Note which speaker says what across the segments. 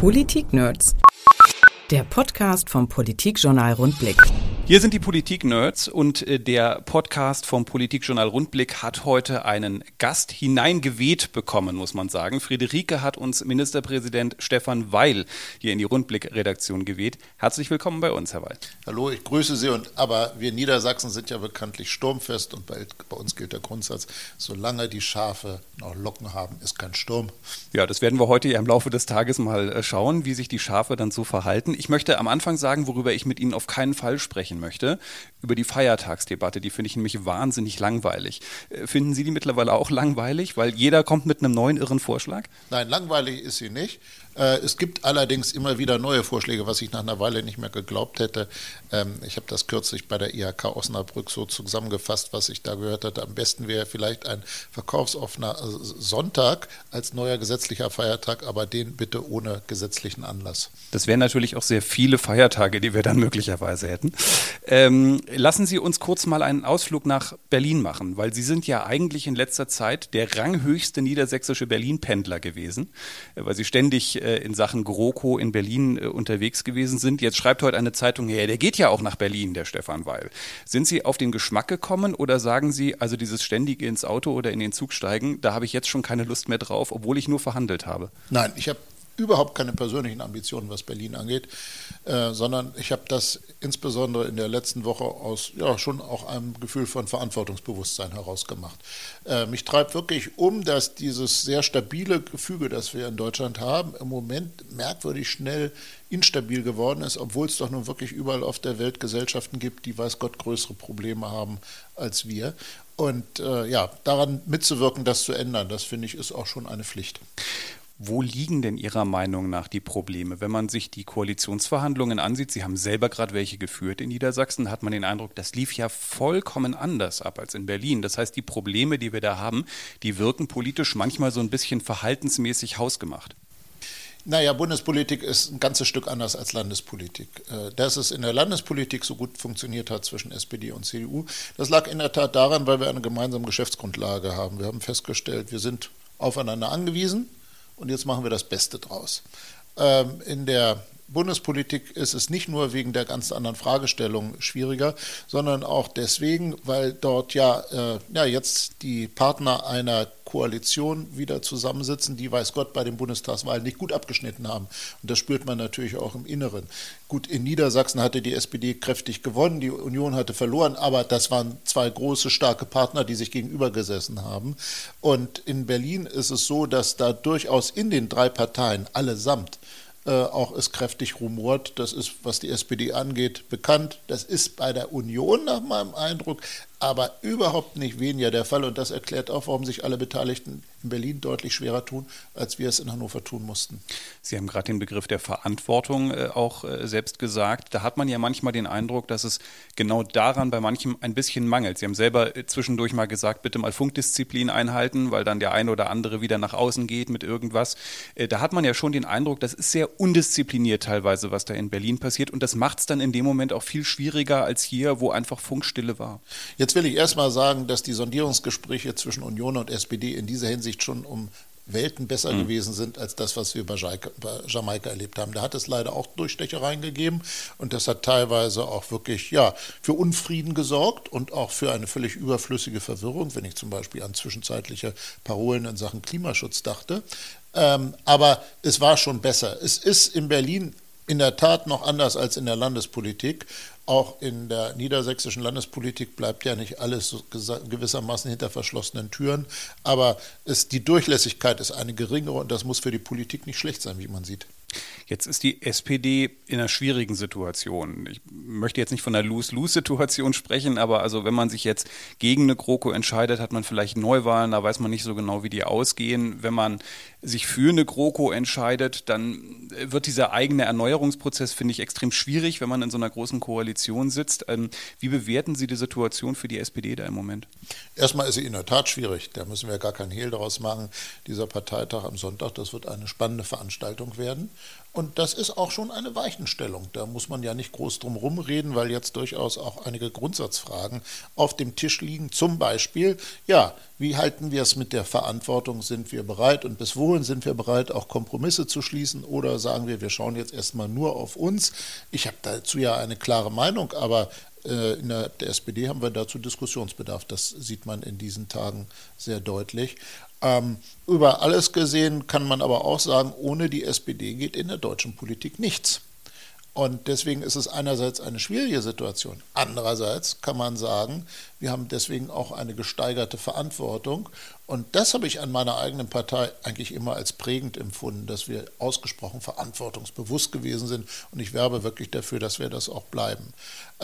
Speaker 1: Politik-Nerds. Der Podcast vom Politikjournal Rundblick.
Speaker 2: Hier sind die Politik-Nerds und der Podcast vom Politikjournal Rundblick hat heute einen Gast hineingeweht bekommen, muss man sagen. Friederike hat uns Ministerpräsident Stefan Weil hier in die Rundblick-Redaktion geweht. Herzlich willkommen bei uns, Herr Weil.
Speaker 3: Hallo, ich grüße Sie. Aber wir Niedersachsen sind ja bekanntlich sturmfest und bei uns gilt der Grundsatz, solange die Schafe noch Locken haben, ist kein Sturm.
Speaker 2: Ja, das werden wir heute ja im Laufe des Tages mal schauen, wie sich die Schafe dann so verhalten. Ich möchte am Anfang sagen, worüber ich mit Ihnen auf keinen Fall sprechen möchte, über die Feiertagsdebatte. Die finde ich nämlich wahnsinnig langweilig. Finden Sie die mittlerweile auch langweilig, weil jeder kommt mit einem neuen irren Vorschlag?
Speaker 3: Nein, langweilig ist sie nicht. Es gibt allerdings immer wieder neue Vorschläge, was ich nach einer Weile nicht mehr geglaubt hätte. Ich habe das kürzlich bei der IHK Osnabrück so zusammengefasst, was ich da gehört hatte. Am besten wäre vielleicht ein verkaufsoffener Sonntag als neuer gesetzlicher Feiertag, aber den bitte ohne gesetzlichen Anlass.
Speaker 2: Das wären natürlich auch sehr viele Feiertage, die wir dann möglicherweise hätten. Lassen Sie uns kurz mal einen Ausflug nach Berlin machen, weil Sie sind ja eigentlich in letzter Zeit der ranghöchste niedersächsische Berlin-Pendler gewesen, weil Sie ständig in Sachen GroKo in Berlin unterwegs gewesen sind. Jetzt schreibt heute eine Zeitung, ja, der geht ja auch nach Berlin, der Stefan Weil. Sind Sie auf den Geschmack gekommen oder sagen Sie, also dieses ständige ins Auto oder in den Zug steigen, da habe ich jetzt schon keine Lust mehr drauf, obwohl ich nur verhandelt habe?
Speaker 3: Nein, ich habe überhaupt keine persönlichen Ambitionen, was Berlin angeht, sondern ich habe das insbesondere in der letzten Woche aus schon auch einem Gefühl von Verantwortungsbewusstsein herausgemacht. Mich treibt wirklich dass dieses sehr stabile Gefüge, das wir in Deutschland haben, im Moment merkwürdig schnell instabil geworden ist, obwohl es doch nun wirklich überall auf der Welt Gesellschaften gibt, die weiß Gott größere Probleme haben als wir. Und daran mitzuwirken, das zu ändern, das finde ich, ist auch schon eine Pflicht.
Speaker 2: Wo liegen denn Ihrer Meinung nach die Probleme? Wenn man sich die Koalitionsverhandlungen ansieht, Sie haben selber gerade welche geführt in Niedersachsen, hat man den Eindruck, das lief ja vollkommen anders ab als in Berlin. Das heißt, die Probleme, die wir da haben, die wirken politisch manchmal so ein bisschen verhaltensmäßig hausgemacht.
Speaker 3: Naja, Bundespolitik ist ein ganzes Stück anders als Landespolitik. Dass es in der Landespolitik so gut funktioniert hat zwischen SPD und CDU, das lag in der Tat daran, weil wir eine gemeinsame Geschäftsgrundlage haben. Wir haben festgestellt, wir sind aufeinander angewiesen. Und jetzt machen wir das Beste draus. In der Bundespolitik ist es nicht nur wegen der ganz anderen Fragestellung schwieriger, sondern auch deswegen, weil dort jetzt die Partner einer Koalition wieder zusammensitzen, die, weiß Gott, bei den Bundestagswahlen nicht gut abgeschnitten haben. Und das spürt man natürlich auch im Inneren. Gut, in Niedersachsen hatte die SPD kräftig gewonnen, die Union hatte verloren, aber das waren zwei große, starke Partner, die sich gegenüber gesessen haben. Und in Berlin ist es so, dass da durchaus in den drei Parteien allesamt auch es kräftig rumort. Das ist, was die SPD angeht, bekannt. Das ist bei der Union nach meinem Eindruck aber überhaupt nicht weniger der Fall. Und das erklärt auch, warum sich alle Beteiligten in Berlin deutlich schwerer tun, als wir es in Hannover tun mussten.
Speaker 2: Sie haben gerade den Begriff der Verantwortung auch selbst gesagt. Da hat man ja manchmal den Eindruck, dass es genau daran bei manchem ein bisschen mangelt. Sie haben selber zwischendurch mal gesagt, bitte mal Funkdisziplin einhalten, weil dann der eine oder andere wieder nach außen geht mit irgendwas. Da hat man ja schon den Eindruck, das ist sehr undiszipliniert teilweise, was da in Berlin passiert. Und das macht es dann in dem Moment auch viel schwieriger als hier, wo einfach Funkstille war.
Speaker 3: Jetzt will ich erst mal sagen, dass die Sondierungsgespräche zwischen Union und SPD in dieser Hinsicht schon um Welten besser gewesen sind als das, was wir bei Jamaika erlebt haben. Da hat es leider auch Durchstechereien gegeben und das hat teilweise auch wirklich für Unfrieden gesorgt und auch für eine völlig überflüssige Verwirrung, wenn ich zum Beispiel an zwischenzeitliche Parolen in Sachen Klimaschutz dachte. Aber es war schon besser. Es ist in Berlin in der Tat noch anders als in der Landespolitik. Auch in der niedersächsischen Landespolitik bleibt ja nicht alles so gewissermaßen hinter verschlossenen Türen. Aber die Durchlässigkeit ist eine geringere und das muss für die Politik nicht schlecht sein, wie man sieht.
Speaker 2: Jetzt ist die SPD in einer schwierigen Situation. Ich möchte jetzt nicht von einer Lose-Lose-Situation sprechen, aber also wenn man sich jetzt gegen eine GroKo entscheidet, hat man vielleicht Neuwahlen, da weiß man nicht so genau, wie die ausgehen. Wenn man sich für eine GroKo entscheidet, dann wird dieser eigene Erneuerungsprozess, finde ich, extrem schwierig, wenn man in so einer großen Koalition sitzt. Wie bewerten Sie die Situation für die SPD da im Moment?
Speaker 3: Erstmal ist sie in der Tat schwierig. Da müssen wir gar keinen Hehl daraus machen. Dieser Parteitag am Sonntag, das wird eine spannende Veranstaltung werden. Und das ist auch schon eine Weichenstellung. Da muss man ja nicht groß drum rumreden, weil jetzt durchaus auch einige Grundsatzfragen auf dem Tisch liegen. Zum Beispiel, wie halten wir es mit der Verantwortung? Sind wir bereit und bis wohin sind wir bereit, auch Kompromisse zu schließen? Oder sagen wir schauen jetzt erstmal nur auf uns. Ich habe dazu ja eine klare Meinung, aber in der SPD haben wir dazu Diskussionsbedarf. Das sieht man in diesen Tagen sehr deutlich. Über alles gesehen kann man aber auch sagen, ohne die SPD geht in der deutschen Politik nichts. Und deswegen ist es einerseits eine schwierige Situation. Andererseits kann man sagen, wir haben deswegen auch eine gesteigerte Verantwortung. Und das habe ich an meiner eigenen Partei eigentlich immer als prägend empfunden, dass wir ausgesprochen verantwortungsbewusst gewesen sind. Und ich werbe wirklich dafür, dass wir das auch bleiben.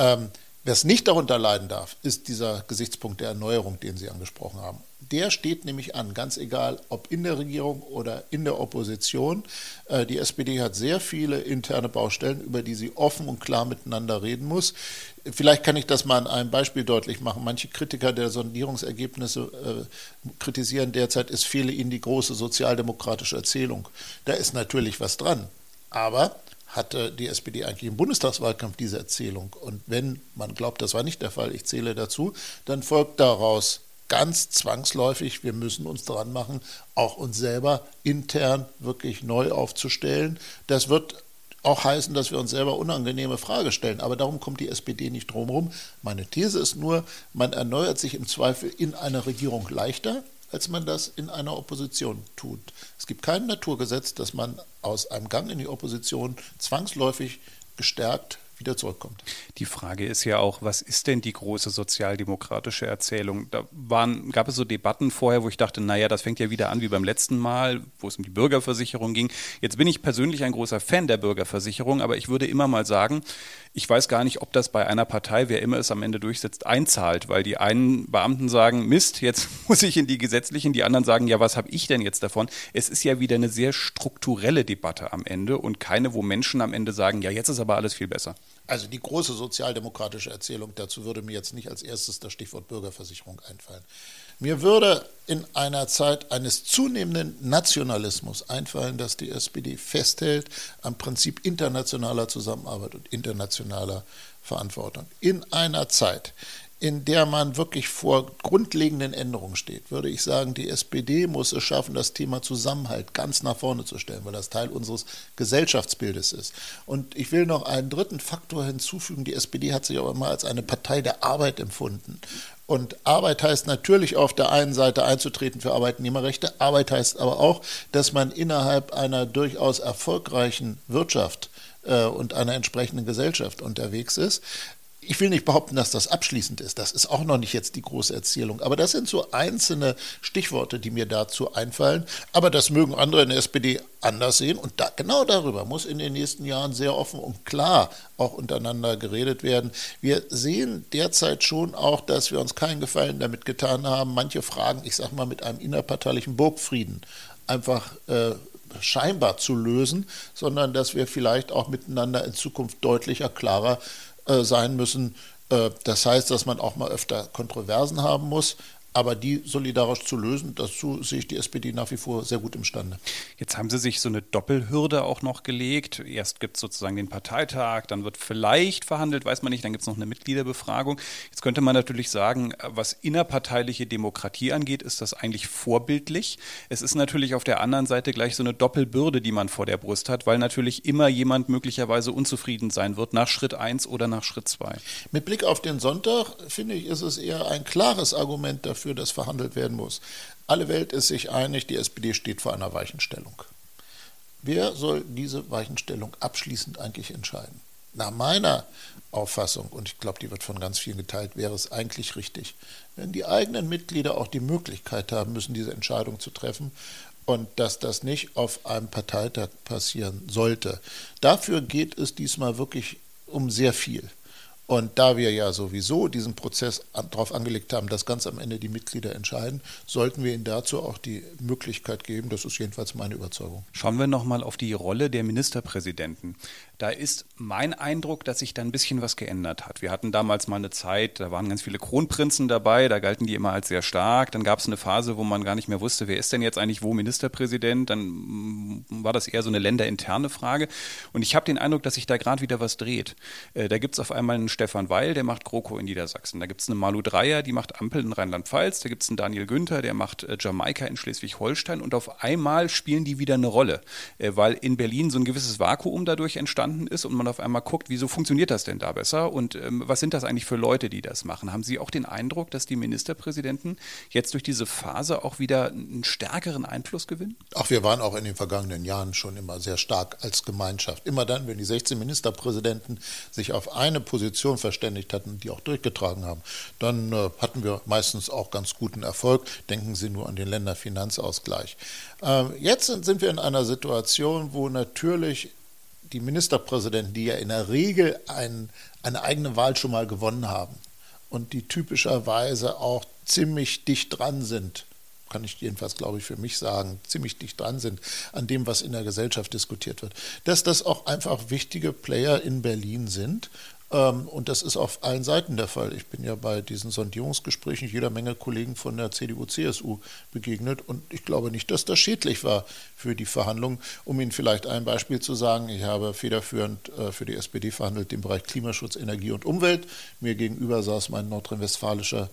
Speaker 3: Wer es nicht darunter leiden darf, ist dieser Gesichtspunkt der Erneuerung, den Sie angesprochen haben. Der steht nämlich an, ganz egal, ob in der Regierung oder in der Opposition. Die SPD hat sehr viele interne Baustellen, über die sie offen und klar miteinander reden muss. Vielleicht kann ich das mal an einem Beispiel deutlich machen. Manche Kritiker der Sondierungsergebnisse kritisieren derzeit, es fehle ihnen die große sozialdemokratische Erzählung. Da ist natürlich was dran, aber hatte die SPD eigentlich im Bundestagswahlkampf diese Erzählung. Und wenn man glaubt, das war nicht der Fall, ich zähle dazu, dann folgt daraus ganz zwangsläufig, wir müssen uns dran machen, auch uns selber intern wirklich neu aufzustellen. Das wird auch heißen, dass wir uns selber unangenehme Fragen stellen. Aber darum kommt die SPD nicht drumherum. Meine These ist nur, man erneuert sich im Zweifel in einer Regierung leichter, als man das in einer Opposition tut. Es gibt kein Naturgesetz, dass man aus einem Gang in die Opposition zwangsläufig gestärkt wieder zurückkommt.
Speaker 2: Die Frage ist ja auch, was ist denn die große sozialdemokratische Erzählung? Da gab es so Debatten vorher, wo ich dachte, naja, das fängt ja wieder an wie beim letzten Mal, wo es um die Bürgerversicherung ging. Jetzt bin ich persönlich ein großer Fan der Bürgerversicherung, aber ich würde immer mal sagen, ich weiß gar nicht, ob das bei einer Partei, wer immer es am Ende durchsetzt, einzahlt, weil die einen Beamten sagen, Mist, jetzt muss ich in die gesetzlichen, die anderen sagen, ja, was habe ich denn jetzt davon? Es ist ja wieder eine sehr strukturelle Debatte am Ende und keine, wo Menschen am Ende sagen, ja, jetzt ist aber alles viel besser.
Speaker 3: Also die große sozialdemokratische Erzählung, dazu würde mir jetzt nicht als erstes das Stichwort Bürgerversicherung einfallen. Mir würde in einer Zeit eines zunehmenden Nationalismus einfallen, dass die SPD festhält am Prinzip internationaler Zusammenarbeit und internationaler Verantwortung. In einer Zeit, in der man wirklich vor grundlegenden Änderungen steht, würde ich sagen, die SPD muss es schaffen, das Thema Zusammenhalt ganz nach vorne zu stellen, weil das Teil unseres Gesellschaftsbildes ist. Und ich will noch einen dritten Faktor hinzufügen. Die SPD hat sich auch immer als eine Partei der Arbeit empfunden. Und Arbeit heißt natürlich auf der einen Seite einzutreten für Arbeitnehmerrechte. Arbeit heißt aber auch, dass man innerhalb einer durchaus erfolgreichen Wirtschaft und einer entsprechenden Gesellschaft unterwegs ist. Ich will nicht behaupten, dass das abschließend ist. Das ist auch noch nicht jetzt die große Erzählung. Aber das sind so einzelne Stichworte, die mir dazu einfallen. Aber das mögen andere in der SPD anders sehen. Und genau darüber muss in den nächsten Jahren sehr offen und klar auch untereinander geredet werden. Wir sehen derzeit schon auch, dass wir uns keinen Gefallen damit getan haben, manche Fragen, ich sage mal, mit einem innerparteilichen Burgfrieden einfach scheinbar zu lösen, sondern dass wir vielleicht auch miteinander in Zukunft deutlicher, klarer sein müssen. Das heißt, dass man auch mal öfter Kontroversen haben muss, aber die solidarisch zu lösen, dazu sehe ich die SPD nach wie vor sehr gut imstande.
Speaker 2: Jetzt haben Sie sich so eine Doppelhürde auch noch gelegt. Erst gibt es sozusagen den Parteitag, dann wird vielleicht verhandelt, weiß man nicht, dann gibt es noch eine Mitgliederbefragung. Jetzt könnte man natürlich sagen, was innerparteiliche Demokratie angeht, ist das eigentlich vorbildlich. Es ist natürlich auf der anderen Seite gleich so eine Doppelbürde, die man vor der Brust hat, weil natürlich immer jemand möglicherweise unzufrieden sein wird nach Schritt 1 oder nach Schritt 2.
Speaker 3: Mit Blick auf den Sonntag, finde ich, ist es eher ein klares Argument dafür, dass verhandelt werden muss. Alle Welt ist sich einig, die SPD steht vor einer Weichenstellung. Wer soll diese Weichenstellung abschließend eigentlich entscheiden? Nach meiner Auffassung, und ich glaube, die wird von ganz vielen geteilt, wäre es eigentlich richtig, wenn die eigenen Mitglieder auch die Möglichkeit haben müssen, diese Entscheidung zu treffen und dass das nicht auf einem Parteitag passieren sollte. Dafür geht es diesmal wirklich um sehr viel. Und da wir ja sowieso diesen Prozess darauf angelegt haben, dass ganz am Ende die Mitglieder entscheiden, sollten wir ihnen dazu auch die Möglichkeit geben. Das ist jedenfalls meine Überzeugung.
Speaker 2: Schauen wir nochmal auf die Rolle der Ministerpräsidenten. Da ist mein Eindruck, dass sich da ein bisschen was geändert hat. Wir hatten damals mal eine Zeit, da waren ganz viele Kronprinzen dabei, da galten die immer als sehr stark. Dann gab es eine Phase, wo man gar nicht mehr wusste, wer ist denn jetzt eigentlich wo Ministerpräsident. Dann war das eher so eine länderinterne Frage. Und ich habe den Eindruck, dass sich da gerade wieder was dreht. Da gibt es auf einmal einen Stefan Weil, der macht GroKo in Niedersachsen. Da gibt es eine Malu Dreyer, die macht Ampel in Rheinland-Pfalz. Da gibt es einen Daniel Günther, der macht Jamaika in Schleswig-Holstein. Und auf einmal spielen die wieder eine Rolle, weil in Berlin so ein gewisses Vakuum dadurch entstanden ist und man auf einmal guckt, wieso funktioniert das denn da besser und was sind das eigentlich für Leute, die das machen? Haben Sie auch den Eindruck, dass die Ministerpräsidenten jetzt durch diese Phase auch wieder einen stärkeren Einfluss gewinnen?
Speaker 3: Ach, wir waren auch in den vergangenen Jahren schon immer sehr stark als Gemeinschaft. Immer dann, wenn die 16 Ministerpräsidenten sich auf eine Position verständigt hatten, die auch durchgetragen haben, dann hatten wir meistens auch ganz guten Erfolg. Denken Sie nur an den Länderfinanzausgleich. Jetzt sind wir in einer Situation, wo natürlich die Ministerpräsidenten, die ja in der Regel eine eigene Wahl schon mal gewonnen haben und die typischerweise auch ziemlich dicht dran sind, kann ich jedenfalls, glaube ich, für mich sagen, ziemlich dicht dran sind an dem, was in der Gesellschaft diskutiert wird, dass das auch einfach wichtige Player in Berlin sind. Und das ist auf allen Seiten der Fall. Ich bin ja bei diesen Sondierungsgesprächen jeder Menge Kollegen von der CDU, CSU begegnet und ich glaube nicht, dass das schädlich war für die Verhandlungen. Um Ihnen vielleicht ein Beispiel zu sagen, ich habe federführend für die SPD verhandelt, den Bereich Klimaschutz, Energie und Umwelt. Mir gegenüber saß mein nordrhein-westfälischer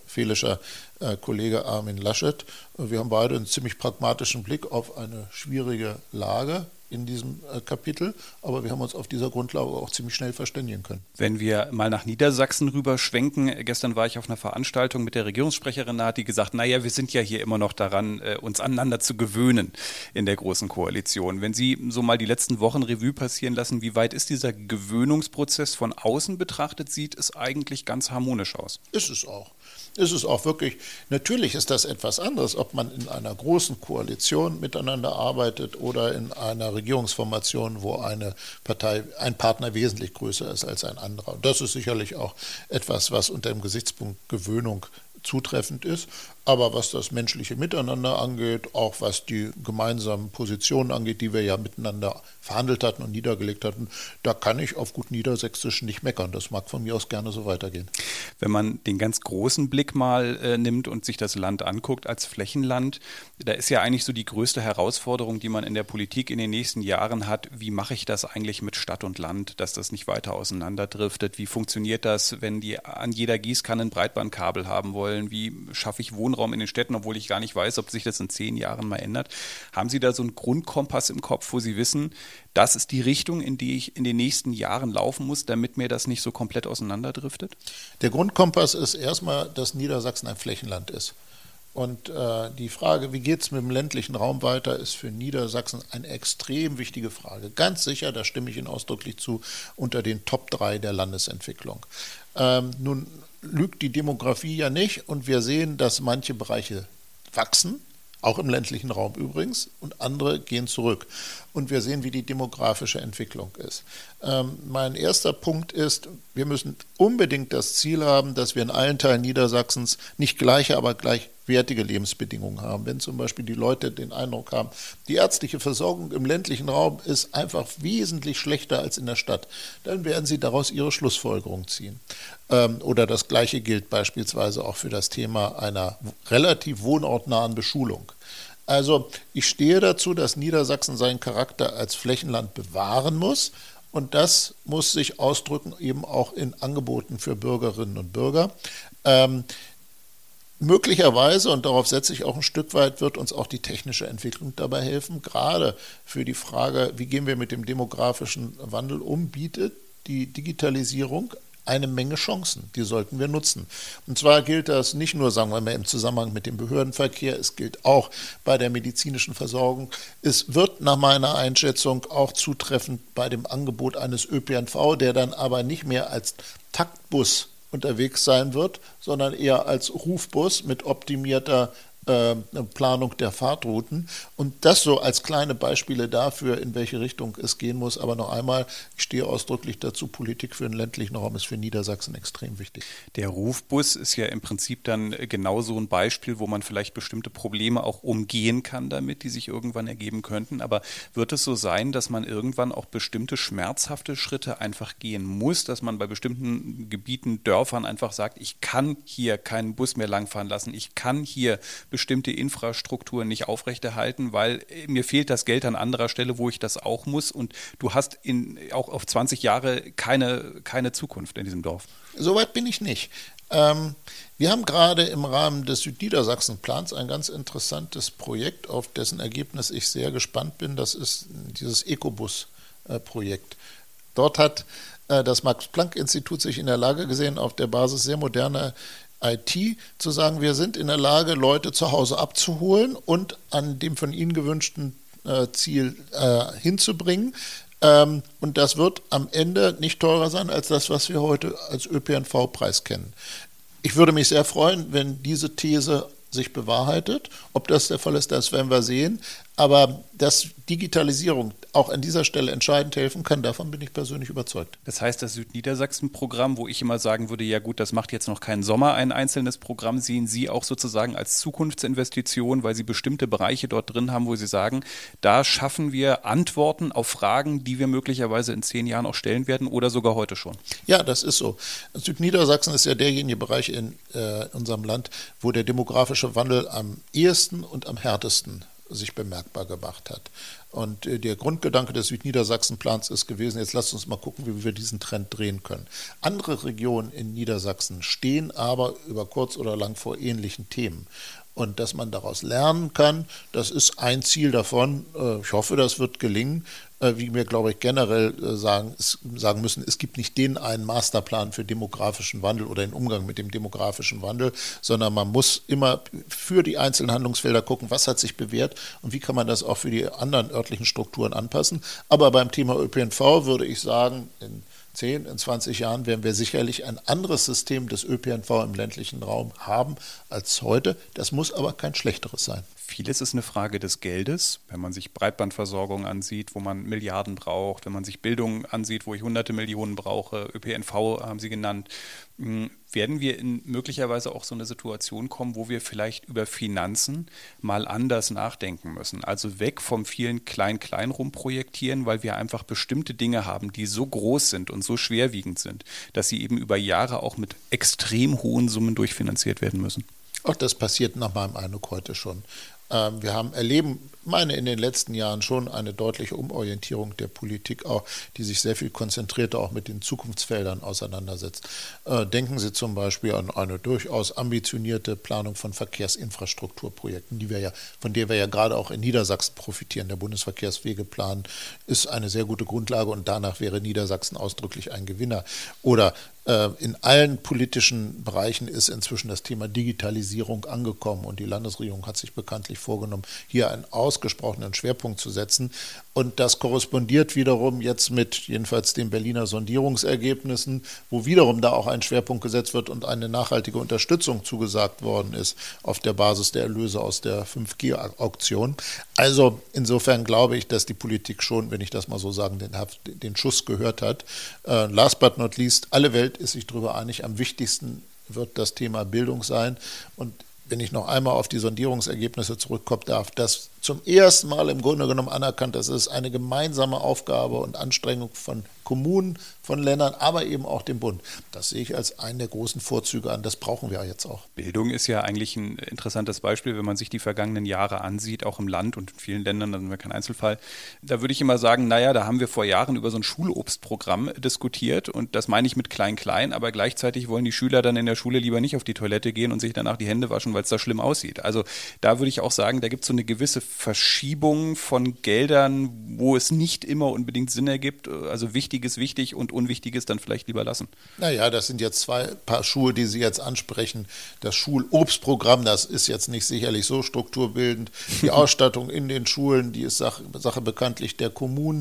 Speaker 3: Kollege Armin Laschet. Wir haben beide einen ziemlich pragmatischen Blick auf eine schwierige Lage in diesem Kapitel, aber wir haben uns auf dieser Grundlage auch ziemlich schnell verständigen können.
Speaker 2: Wenn wir mal nach Niedersachsen rüberschwenken, gestern war ich auf einer Veranstaltung mit der Regierungssprecherin, da hat die gesagt, naja, wir sind ja hier immer noch daran, uns aneinander zu gewöhnen in der Großen Koalition. Wenn Sie so mal die letzten Wochen Revue passieren lassen, wie weit ist dieser Gewöhnungsprozess von außen betrachtet, sieht es eigentlich ganz harmonisch aus?
Speaker 3: Ist es auch. Ist es auch wirklich. Natürlich ist das etwas anderes, ob man in einer großen Koalition miteinander arbeitet oder in einer Regierungsformation, wo ein Partner wesentlich größer ist als ein anderer. Und das ist sicherlich auch etwas, was unter dem Gesichtspunkt Gewöhnung zutreffend ist. Aber was das menschliche Miteinander angeht, auch was die gemeinsamen Positionen angeht, die wir ja miteinander verhandelt hatten und niedergelegt hatten, da kann ich auf gut Niedersächsisch nicht meckern. Das mag von mir aus gerne so weitergehen.
Speaker 2: Wenn man den ganz großen Blick mal nimmt und sich das Land anguckt als Flächenland, da ist ja eigentlich so die größte Herausforderung, die man in der Politik in den nächsten Jahren hat, wie mache ich das eigentlich mit Stadt und Land, dass das nicht weiter auseinanderdriftet? Wie funktioniert das, wenn die an jeder Gießkanne ein Breitbandkabel haben wollen? Wie schaffe ich Wohnraum in den Städten, obwohl ich gar nicht weiß, ob sich das in 10 Jahren mal ändert? Haben Sie da so einen Grundkompass im Kopf, wo Sie wissen, das ist die Richtung, in die ich in den nächsten Jahren laufen muss, damit mir das nicht so komplett auseinanderdriftet?
Speaker 3: Der Grundkompass ist erstmal, dass Niedersachsen ein Flächenland ist. Und die Frage, wie geht es mit dem ländlichen Raum weiter, ist für Niedersachsen eine extrem wichtige Frage. Ganz sicher, da stimme ich Ihnen ausdrücklich zu, unter den Top 3 der Landesentwicklung. Nun lügt die Demografie ja nicht und wir sehen, dass manche Bereiche wachsen, auch im ländlichen Raum übrigens, und andere gehen zurück. Und wir sehen, wie die demografische Entwicklung ist. Mein erster Punkt ist, wir müssen unbedingt das Ziel haben, dass wir in allen Teilen Niedersachsens nicht gleiche, aber gleichwertige Lebensbedingungen haben. Wenn zum Beispiel die Leute den Eindruck haben, die ärztliche Versorgung im ländlichen Raum ist einfach wesentlich schlechter als in der Stadt, dann werden sie daraus ihre Schlussfolgerung ziehen. Oder das Gleiche gilt beispielsweise auch für das Thema einer relativ wohnortnahen Beschulung. Also ich stehe dazu, dass Niedersachsen seinen Charakter als Flächenland bewahren muss und das muss sich ausdrücken eben auch in Angeboten für Bürgerinnen und Bürger. Möglicherweise, und darauf setze ich auch ein Stück weit, wird uns auch die technische Entwicklung dabei helfen. Gerade für die Frage, wie gehen wir mit dem demografischen Wandel um, bietet die Digitalisierung eine Menge Chancen, die sollten wir nutzen. Und zwar gilt das nicht nur, sagen wir mal, im Zusammenhang mit dem Behördenverkehr, es gilt auch bei der medizinischen Versorgung. Es wird nach meiner Einschätzung auch zutreffend bei dem Angebot eines ÖPNV, der dann aber nicht mehr als Taktbus unterwegs sein wird, sondern eher als Rufbus mit optimierter Planung der Fahrtrouten. Und das so als kleine Beispiele dafür, in welche Richtung es gehen muss. Aber noch einmal, ich stehe ausdrücklich dazu, Politik für den ländlichen Raum ist für Niedersachsen extrem wichtig.
Speaker 2: Der Rufbus ist ja im Prinzip dann genau so ein Beispiel, wo man vielleicht bestimmte Probleme auch umgehen kann damit, die sich irgendwann ergeben könnten. Aber wird es so sein, dass man irgendwann auch bestimmte schmerzhafte Schritte einfach gehen muss, dass man bei bestimmten Gebieten, Dörfern einfach sagt, ich kann hier keinen Bus mehr langfahren lassen, ich kann hier bestimmte Infrastrukturen nicht aufrechterhalten, weil mir fehlt das Geld an anderer Stelle, wo ich das auch muss und du hast auch auf 20 Jahre keine Zukunft in diesem Dorf.
Speaker 3: Soweit bin ich nicht. Wir haben gerade im Rahmen des Südniedersachsen-Plans ein ganz interessantes Projekt, auf dessen Ergebnis ich sehr gespannt bin. Das ist dieses Ecobus-Projekt. Dort hat das Max-Planck-Institut sich in der Lage gesehen, auf der Basis sehr moderner IT zu sagen, wir sind in der Lage, Leute zu Hause abzuholen und an dem von ihnen gewünschten Ziel hinzubringen. Und das wird am Ende nicht teurer sein als das, was wir heute als ÖPNV-Preis kennen. Ich würde mich sehr freuen, wenn diese These sich bewahrheitet. Ob das der Fall ist, das werden wir sehen. Aber dass Digitalisierung auch an dieser Stelle entscheidend helfen kann, davon bin ich persönlich überzeugt.
Speaker 2: Das heißt, das Südniedersachsen-Programm, wo ich immer sagen würde, ja gut, das macht jetzt noch keinen Sommer ein einzelnes Programm, sehen Sie auch sozusagen als Zukunftsinvestition, weil Sie bestimmte Bereiche dort drin haben, wo Sie sagen, da schaffen wir Antworten auf Fragen, die wir möglicherweise in 10 Jahren auch stellen werden oder sogar heute schon.
Speaker 3: Ja, das ist so. Südniedersachsen ist ja derjenige Bereich in unserem Land, wo der demografische Wandel am ehesten und am härtesten sich bemerkbar gemacht hat. Und der Grundgedanke des Südniedersachsen-Plans ist gewesen, jetzt lasst uns mal gucken, wie wir diesen Trend drehen können. Andere Regionen in Niedersachsen stehen aber über kurz oder lang vor ähnlichen Themen. Und dass man daraus lernen kann, das ist ein Ziel davon. Ich hoffe, das wird gelingen. Wie wir, glaube ich, generell sagen müssen, es gibt nicht den einen Masterplan für demografischen Wandel oder den Umgang mit dem demografischen Wandel, sondern man muss immer für die einzelnen Handlungsfelder gucken, was hat sich bewährt und wie kann man das auch für die anderen örtlichen Strukturen anpassen. Aber beim Thema ÖPNV würde ich sagen, in 10, in 20 Jahren werden wir sicherlich ein anderes System des ÖPNV im ländlichen Raum haben als heute. Das muss aber kein schlechteres sein.
Speaker 2: Vieles ist eine Frage des Geldes, wenn man sich Breitbandversorgung ansieht, wo man Milliarden braucht, wenn man sich Bildung ansieht, wo ich hunderte Millionen brauche, ÖPNV haben Sie genannt. Werden wir in möglicherweise auch so eine Situation kommen, wo wir vielleicht über Finanzen mal anders nachdenken müssen? Also weg vom vielen Klein-Klein rumprojektieren, weil wir einfach bestimmte Dinge haben, die so groß sind und so schwerwiegend sind, dass sie eben über Jahre auch mit extrem hohen Summen durchfinanziert werden müssen.
Speaker 3: Auch das passiert nach meinem Eindruck heute schon. Wir erleben in den letzten Jahren schon eine deutliche Umorientierung der Politik, auch, die sich sehr viel konzentrierter auch mit den Zukunftsfeldern auseinandersetzt. Denken Sie zum Beispiel an eine durchaus ambitionierte Planung von Verkehrsinfrastrukturprojekten, von der wir ja gerade auch in Niedersachsen profitieren. Der Bundesverkehrswegeplan ist eine sehr gute Grundlage und danach wäre Niedersachsen ausdrücklich ein Gewinner. Oder in allen politischen Bereichen ist inzwischen das Thema Digitalisierung angekommen und die Landesregierung hat sich bekanntlich vorgenommen, hier einen ausgesprochenen Schwerpunkt zu setzen. Und das korrespondiert wiederum jetzt mit jedenfalls den Berliner Sondierungsergebnissen, wo wiederum da auch ein Schwerpunkt gesetzt wird und eine nachhaltige Unterstützung zugesagt worden ist auf der Basis der Erlöse aus der 5G-Auktion. Also insofern glaube ich, dass die Politik schon, wenn ich das mal so sagen, den Schuss gehört hat. Last but not least, alle Welt ist sich darüber einig, am wichtigsten wird das Thema Bildung sein. Und wenn ich noch einmal auf die Sondierungsergebnisse zurückkommen darf, dass zum ersten Mal im Grunde genommen anerkannt, das ist eine gemeinsame Aufgabe und Anstrengung von Kommunen, von Ländern, aber eben auch dem Bund. Das sehe ich als einen der großen Vorzüge an. Das brauchen wir jetzt auch.
Speaker 2: Bildung ist ja eigentlich ein interessantes Beispiel, wenn man sich die vergangenen Jahre ansieht, auch im Land und in vielen Ländern, das ist kein Einzelfall. Da würde ich immer sagen, naja, da haben wir vor Jahren über so ein Schulobstprogramm diskutiert und das meine ich mit Klein-Klein, aber gleichzeitig wollen die Schüler dann in der Schule lieber nicht auf die Toilette gehen und sich danach die Hände waschen, weil es da schlimm aussieht. Also da würde ich auch sagen, da gibt es so eine gewisse Verschiebung von Geldern, wo es nicht immer unbedingt Sinn ergibt. Also Wichtiges wichtig und Unwichtiges dann vielleicht lieber lassen.
Speaker 3: Naja, das sind jetzt 2 Paar Schuhe, die Sie jetzt ansprechen. Das Schulobstprogramm, das ist jetzt nicht sicherlich so strukturbildend. Die Ausstattung in den Schulen, die ist Sache bekanntlich der Kommunen.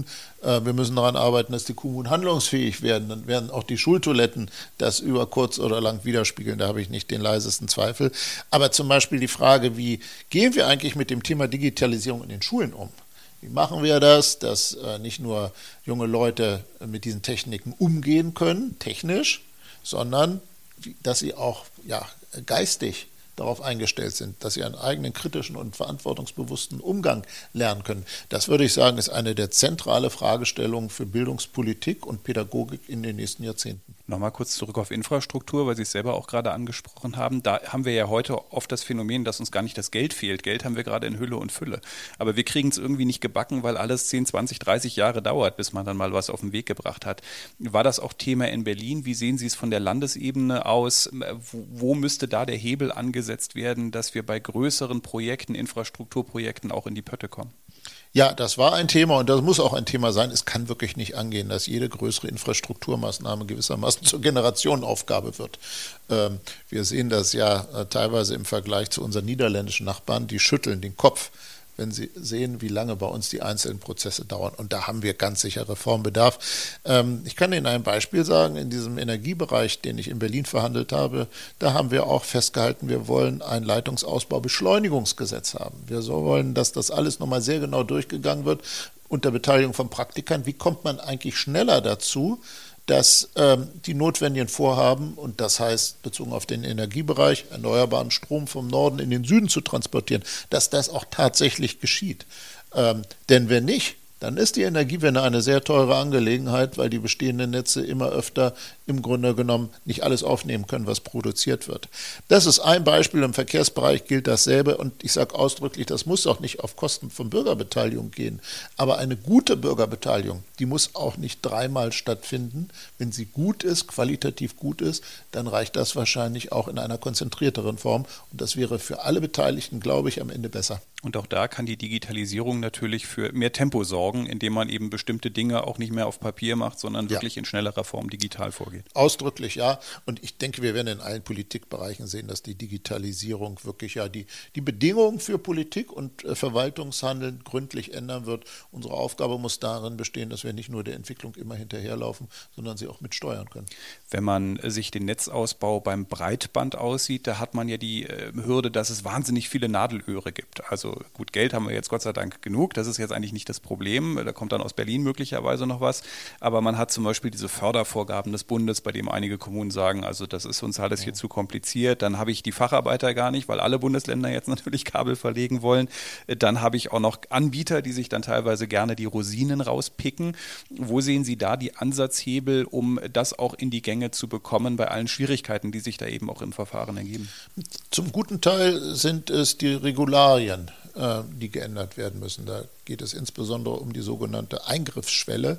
Speaker 3: Wir müssen daran arbeiten, dass die Kommunen handlungsfähig werden. Dann werden auch die Schultoiletten das über kurz oder lang widerspiegeln. Da habe ich nicht den leisesten Zweifel. Aber zum Beispiel die Frage, wie gehen wir eigentlich mit dem Thema Digitalisierung in den Schulen um? Wie machen wir das, dass nicht nur junge Leute mit diesen Techniken umgehen können, technisch, sondern dass sie auch geistig darauf eingestellt sind, dass sie einen eigenen kritischen und verantwortungsbewussten Umgang lernen können. Das würde ich sagen, ist eine der zentralen Fragestellungen für Bildungspolitik und Pädagogik in den nächsten Jahrzehnten.
Speaker 2: Nochmal kurz zurück auf Infrastruktur, weil Sie es selber auch gerade angesprochen haben. Da haben wir ja heute oft das Phänomen, dass uns gar nicht das Geld fehlt. Geld haben wir gerade in Hülle und Fülle. Aber wir kriegen es irgendwie nicht gebacken, weil alles 10, 20, 30 Jahre dauert, bis man dann mal was auf den Weg gebracht hat. War das auch Thema in Berlin? Wie sehen Sie es von der Landesebene aus? Wo müsste da der Hebel angesetzt werden, dass wir bei größeren Projekten, Infrastrukturprojekten auch in die Pötte kommen?
Speaker 3: Ja, das war ein Thema und das muss auch ein Thema sein. Es kann wirklich nicht angehen, dass jede größere Infrastrukturmaßnahme gewissermaßen zur Generationenaufgabe wird. Wir sehen das ja teilweise im Vergleich zu unseren niederländischen Nachbarn, die schütteln den Kopf, wenn sie sehen, wie lange bei uns die einzelnen Prozesse dauern. Und da haben wir ganz sicher Reformbedarf. Ich kann Ihnen ein Beispiel sagen, in diesem Energiebereich, den ich in Berlin verhandelt habe, da haben wir auch festgehalten, wir wollen ein Leitungsausbaubeschleunigungsgesetz haben. Wir wollen, dass das alles nochmal sehr genau durchgegangen wird unter Beteiligung von Praktikern. Wie kommt man eigentlich schneller dazu, dass die notwendigen Vorhaben, und das heißt bezogen auf den Energiebereich, erneuerbaren Strom vom Norden in den Süden zu transportieren, dass das auch tatsächlich geschieht. Denn wenn nicht, dann ist die Energiewende eine sehr teure Angelegenheit, weil die bestehenden Netze immer öfter im Grunde genommen nicht alles aufnehmen können, was produziert wird. Das ist ein Beispiel, im Verkehrsbereich gilt dasselbe und ich sage ausdrücklich, das muss auch nicht auf Kosten von Bürgerbeteiligung gehen, aber eine gute Bürgerbeteiligung, die muss auch nicht dreimal stattfinden. Wenn sie gut ist, qualitativ gut ist, dann reicht das wahrscheinlich auch in einer konzentrierteren Form und das wäre für alle Beteiligten, glaube ich, am Ende besser.
Speaker 2: Und auch da kann die Digitalisierung natürlich für mehr Tempo sorgen, indem man eben bestimmte Dinge auch nicht mehr auf Papier macht, sondern wirklich in schnellerer Form digital vorgeht.
Speaker 3: Ausdrücklich, ja. Und ich denke, wir werden in allen Politikbereichen sehen, dass die Digitalisierung wirklich die Bedingungen für Politik und Verwaltungshandeln gründlich ändern wird. Unsere Aufgabe muss darin bestehen, dass wir nicht nur der Entwicklung immer hinterherlaufen, sondern sie auch mitsteuern können.
Speaker 2: Wenn man sich den Netzausbau beim Breitband aussieht, da hat man ja die Hürde, dass es wahnsinnig viele Nadelöhre gibt. Also gut, Geld haben wir jetzt Gott sei Dank genug, das ist jetzt eigentlich nicht das Problem, da kommt dann aus Berlin möglicherweise noch was, aber man hat zum Beispiel diese Fördervorgaben des Bundes, bei dem einige Kommunen sagen, also das ist uns alles hier zu kompliziert, dann habe ich die Facharbeiter gar nicht, weil alle Bundesländer jetzt natürlich Kabel verlegen wollen, dann habe ich auch noch Anbieter, die sich dann teilweise gerne die Rosinen rauspicken. Wo sehen Sie da die Ansatzhebel, um das auch in die Gänge zu bekommen, bei allen Schwierigkeiten, die sich da eben auch im Verfahren ergeben?
Speaker 3: Zum guten Teil sind es die Regularien, die geändert werden müssen. Da geht es insbesondere um die sogenannte Eingriffsschwelle.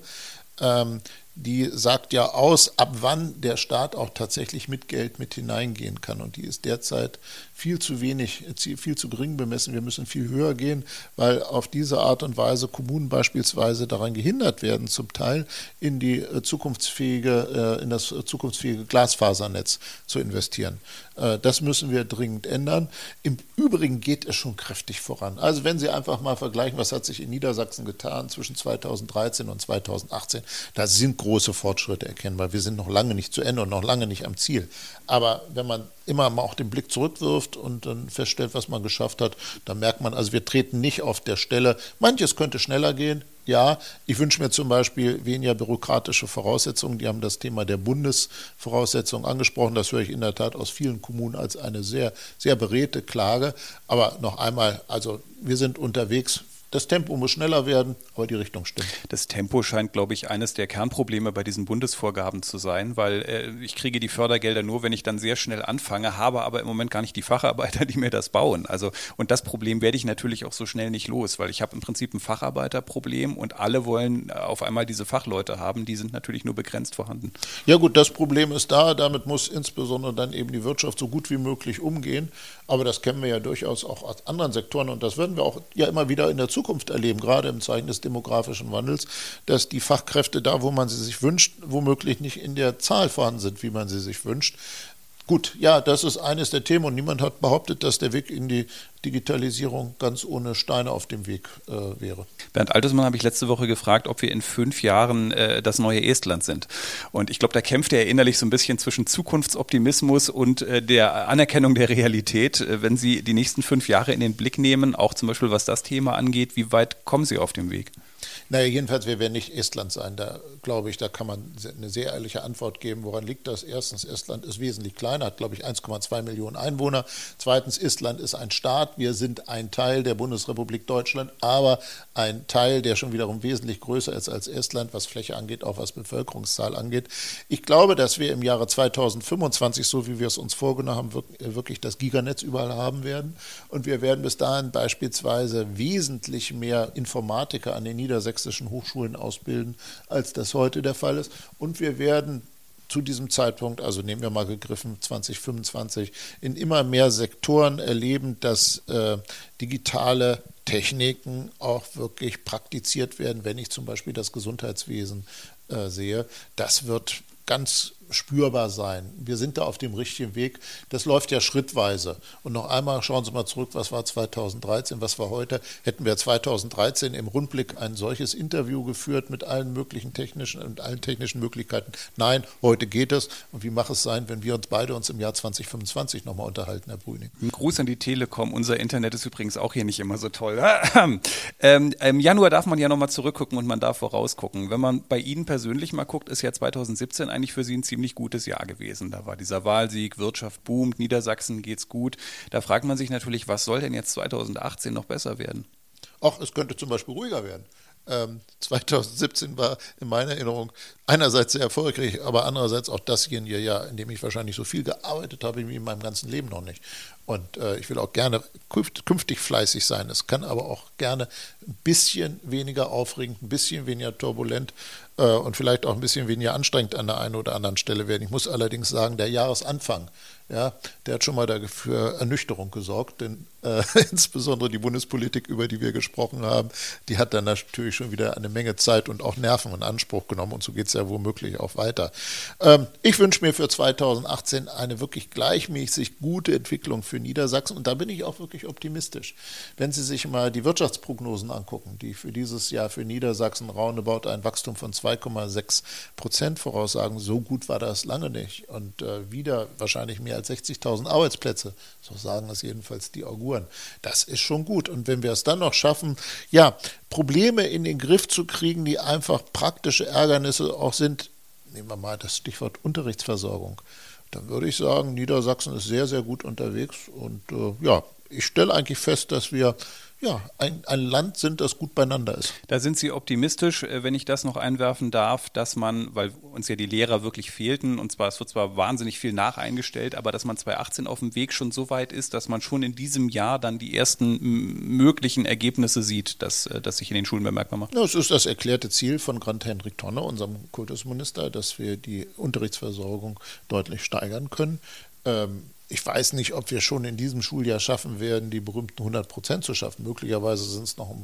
Speaker 3: Die sagt ja aus, ab wann der Staat auch tatsächlich mit Geld mit hineingehen kann. Und die ist derzeit viel zu gering bemessen. Wir müssen viel höher gehen, weil auf diese Art und Weise Kommunen beispielsweise daran gehindert werden, zum Teil in das zukunftsfähige Glasfasernetz zu investieren. Das müssen wir dringend ändern. Im Übrigen geht es schon kräftig voran. Also wenn Sie einfach mal vergleichen, was hat sich in Niedersachsen getan zwischen 2013 und 2018, da sind große Fortschritte erkennbar. Wir sind noch lange nicht zu Ende und noch lange nicht am Ziel. Aber wenn man immer mal auch den Blick zurückwirft und dann feststellt, was man geschafft hat, dann merkt man, also wir treten nicht auf der Stelle. Manches könnte schneller gehen. Ja, ich wünsche mir zum Beispiel weniger bürokratische Voraussetzungen. Die haben das Thema der Bundesvoraussetzungen angesprochen. Das höre ich in der Tat aus vielen Kommunen als eine sehr, sehr beredte Klage. Aber noch einmal, also wir sind unterwegs. Das Tempo muss schneller werden, aber die Richtung stimmt.
Speaker 2: Das Tempo scheint, glaube ich, eines der Kernprobleme bei diesen Bundesvorgaben zu sein, weil ich kriege die Fördergelder nur, wenn ich dann sehr schnell anfange, habe aber im Moment gar nicht die Facharbeiter, die mir das bauen. Also, und das Problem werde ich natürlich auch so schnell nicht los, weil ich habe im Prinzip ein Facharbeiterproblem und alle wollen auf einmal diese Fachleute haben, die sind natürlich nur begrenzt vorhanden.
Speaker 3: Ja gut, das Problem ist da, damit muss insbesondere dann eben die Wirtschaft so gut wie möglich umgehen, aber das kennen wir ja durchaus auch aus anderen Sektoren und das werden wir auch ja immer wieder in der Zukunft erleben, gerade im Zeichen des demografischen Wandels, dass die Fachkräfte da, wo man sie sich wünscht, womöglich nicht in der Zahl vorhanden sind, wie man sie sich wünscht. Gut, ja, das ist eines der Themen und niemand hat behauptet, dass der Weg in die Digitalisierung ganz ohne Steine auf dem Weg wäre.
Speaker 2: Bernd Altusmann habe ich letzte Woche gefragt, ob wir in 5 Jahren das neue Estland sind. Und ich glaube, da kämpft er innerlich so ein bisschen zwischen Zukunftsoptimismus und der Anerkennung der Realität. Wenn Sie die nächsten 5 Jahre in den Blick nehmen, auch zum Beispiel was das Thema angeht, wie weit kommen Sie auf dem Weg?
Speaker 3: Naja, jedenfalls, wir werden nicht Estland sein. Da glaube ich, da kann man eine sehr ehrliche Antwort geben. Woran liegt das? Erstens, Estland ist wesentlich kleiner, hat, glaube ich, 1,2 Millionen Einwohner. Zweitens, Estland ist ein Staat. Wir sind ein Teil der Bundesrepublik Deutschland, aber ein Teil, der schon wiederum wesentlich größer ist als Estland, was Fläche angeht, auch was Bevölkerungszahl angeht. Ich glaube, dass wir im Jahre 2025, so wie wir es uns vorgenommen haben, wirklich das Giganetz überall haben werden. Und wir werden bis dahin beispielsweise wesentlich mehr Informatiker an den niedersächsischen Hochschulen ausbilden, als das heute der Fall ist. Und wir werden zu diesem Zeitpunkt, also nehmen wir mal gegriffen 2025, in immer mehr Sektoren erleben, dass digitale Techniken auch wirklich praktiziert werden, wenn ich zum Beispiel das Gesundheitswesen sehe. Das wird ganz spürbar sein. Wir sind da auf dem richtigen Weg. Das läuft ja schrittweise. Und noch einmal schauen Sie mal zurück, was war 2013, was war heute. Hätten wir 2013 im Rundblick ein solches Interview geführt mit allen möglichen technischen und allen technischen Möglichkeiten? Nein, heute geht es. Und wie mag es sein, wenn wir uns beide im Jahr 2025 nochmal unterhalten, Herr Brüning?
Speaker 2: Ein Gruß an die Telekom. Unser Internet ist übrigens auch hier nicht immer so toll. Im Januar darf man ja nochmal zurückgucken und man darf vorausgucken. Wenn man bei Ihnen persönlich mal guckt, ist ja 2017 eigentlich für Sie ein ziemlich gutes Jahr gewesen. Da war dieser Wahlsieg, Wirtschaft boomt, Niedersachsen geht's gut. Da fragt man sich natürlich, was soll denn jetzt 2018 noch besser werden?
Speaker 3: Ach, es könnte zum Beispiel ruhiger werden. 2017 war in meiner Erinnerung einerseits sehr erfolgreich, aber andererseits auch dasjenige Jahr, in dem ich wahrscheinlich so viel gearbeitet habe wie in meinem ganzen Leben noch nicht. Und ich will auch gerne künftig fleißig sein. Es kann aber auch gerne ein bisschen weniger aufregend, ein bisschen weniger turbulent und vielleicht auch ein bisschen weniger anstrengend an der einen oder anderen Stelle werden. Ich muss allerdings sagen, der Jahresanfang, ja, der hat schon mal dafür Ernüchterung gesorgt, denn insbesondere die Bundespolitik, über die wir gesprochen haben, die hat dann natürlich schon wieder eine Menge Zeit und auch Nerven in Anspruch genommen und so geht es ja womöglich auch weiter. Ich wünsche mir für 2018 eine wirklich gleichmäßig gute Entwicklung für Niedersachsen und da bin ich auch wirklich optimistisch. Wenn Sie sich mal die Wirtschaftsprognosen angucken, die für dieses Jahr für Niedersachsen roundabout ein Wachstum von 2,6% voraussagen, so gut war das lange nicht und wieder wahrscheinlich mehr als 60.000 Arbeitsplätze, so sagen es jedenfalls die Auguren. Das ist schon gut. Und wenn wir es dann noch schaffen, ja, Probleme in den Griff zu kriegen, die einfach praktische Ärgernisse auch sind, nehmen wir mal das Stichwort Unterrichtsversorgung, dann würde ich sagen, Niedersachsen ist sehr, sehr gut unterwegs. Und ja, ich stelle eigentlich fest, dass wir ein Land sind, das gut beieinander ist.
Speaker 2: Da sind Sie optimistisch, wenn ich das noch einwerfen darf, dass man, weil uns ja die Lehrer wirklich fehlten, und zwar es wird zwar wahnsinnig viel nacheingestellt, aber dass man 2018 auf dem Weg schon so weit ist, dass man schon in diesem Jahr dann die ersten möglichen Ergebnisse sieht, dass sich in den Schulen bemerkbar macht.
Speaker 3: Ja, es ist das erklärte Ziel von Grant Hendrik Tonne, unserem Kultusminister, dass wir die Unterrichtsversorgung deutlich steigern können. Ich weiß nicht, ob wir schon in diesem Schuljahr schaffen werden, die berühmten 100% zu schaffen. Möglicherweise ist noch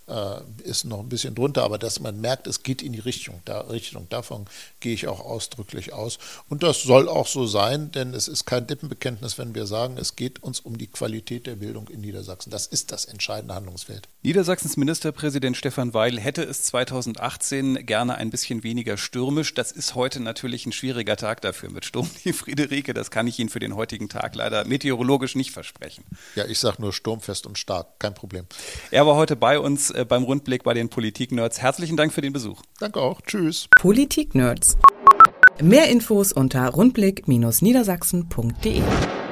Speaker 3: ein bisschen drunter, aber dass man merkt, es geht in die Richtung. Davon gehe ich auch ausdrücklich aus. Und das soll auch so sein, denn es ist kein Lippenbekenntnis, wenn wir sagen, es geht uns um die Qualität der Bildung in Niedersachsen. Das ist das entscheidende Handlungsfeld.
Speaker 2: Niedersachsens Ministerpräsident Stefan Weil hätte es 2018 gerne ein bisschen weniger stürmisch. Das ist heute natürlich ein schwieriger Tag dafür mit Sturm die Friederike. Das kann ich Ihnen für den heutigen Tag leider meteorologisch nicht versprechen.
Speaker 3: Ja, ich sage nur sturmfest und stark, kein Problem.
Speaker 2: Er war heute bei uns beim Rundblick bei den Politik-Nerds. Herzlichen Dank für den Besuch.
Speaker 3: Danke auch. Tschüss.
Speaker 1: Politik-Nerds. Mehr Infos unter rundblick-niedersachsen.de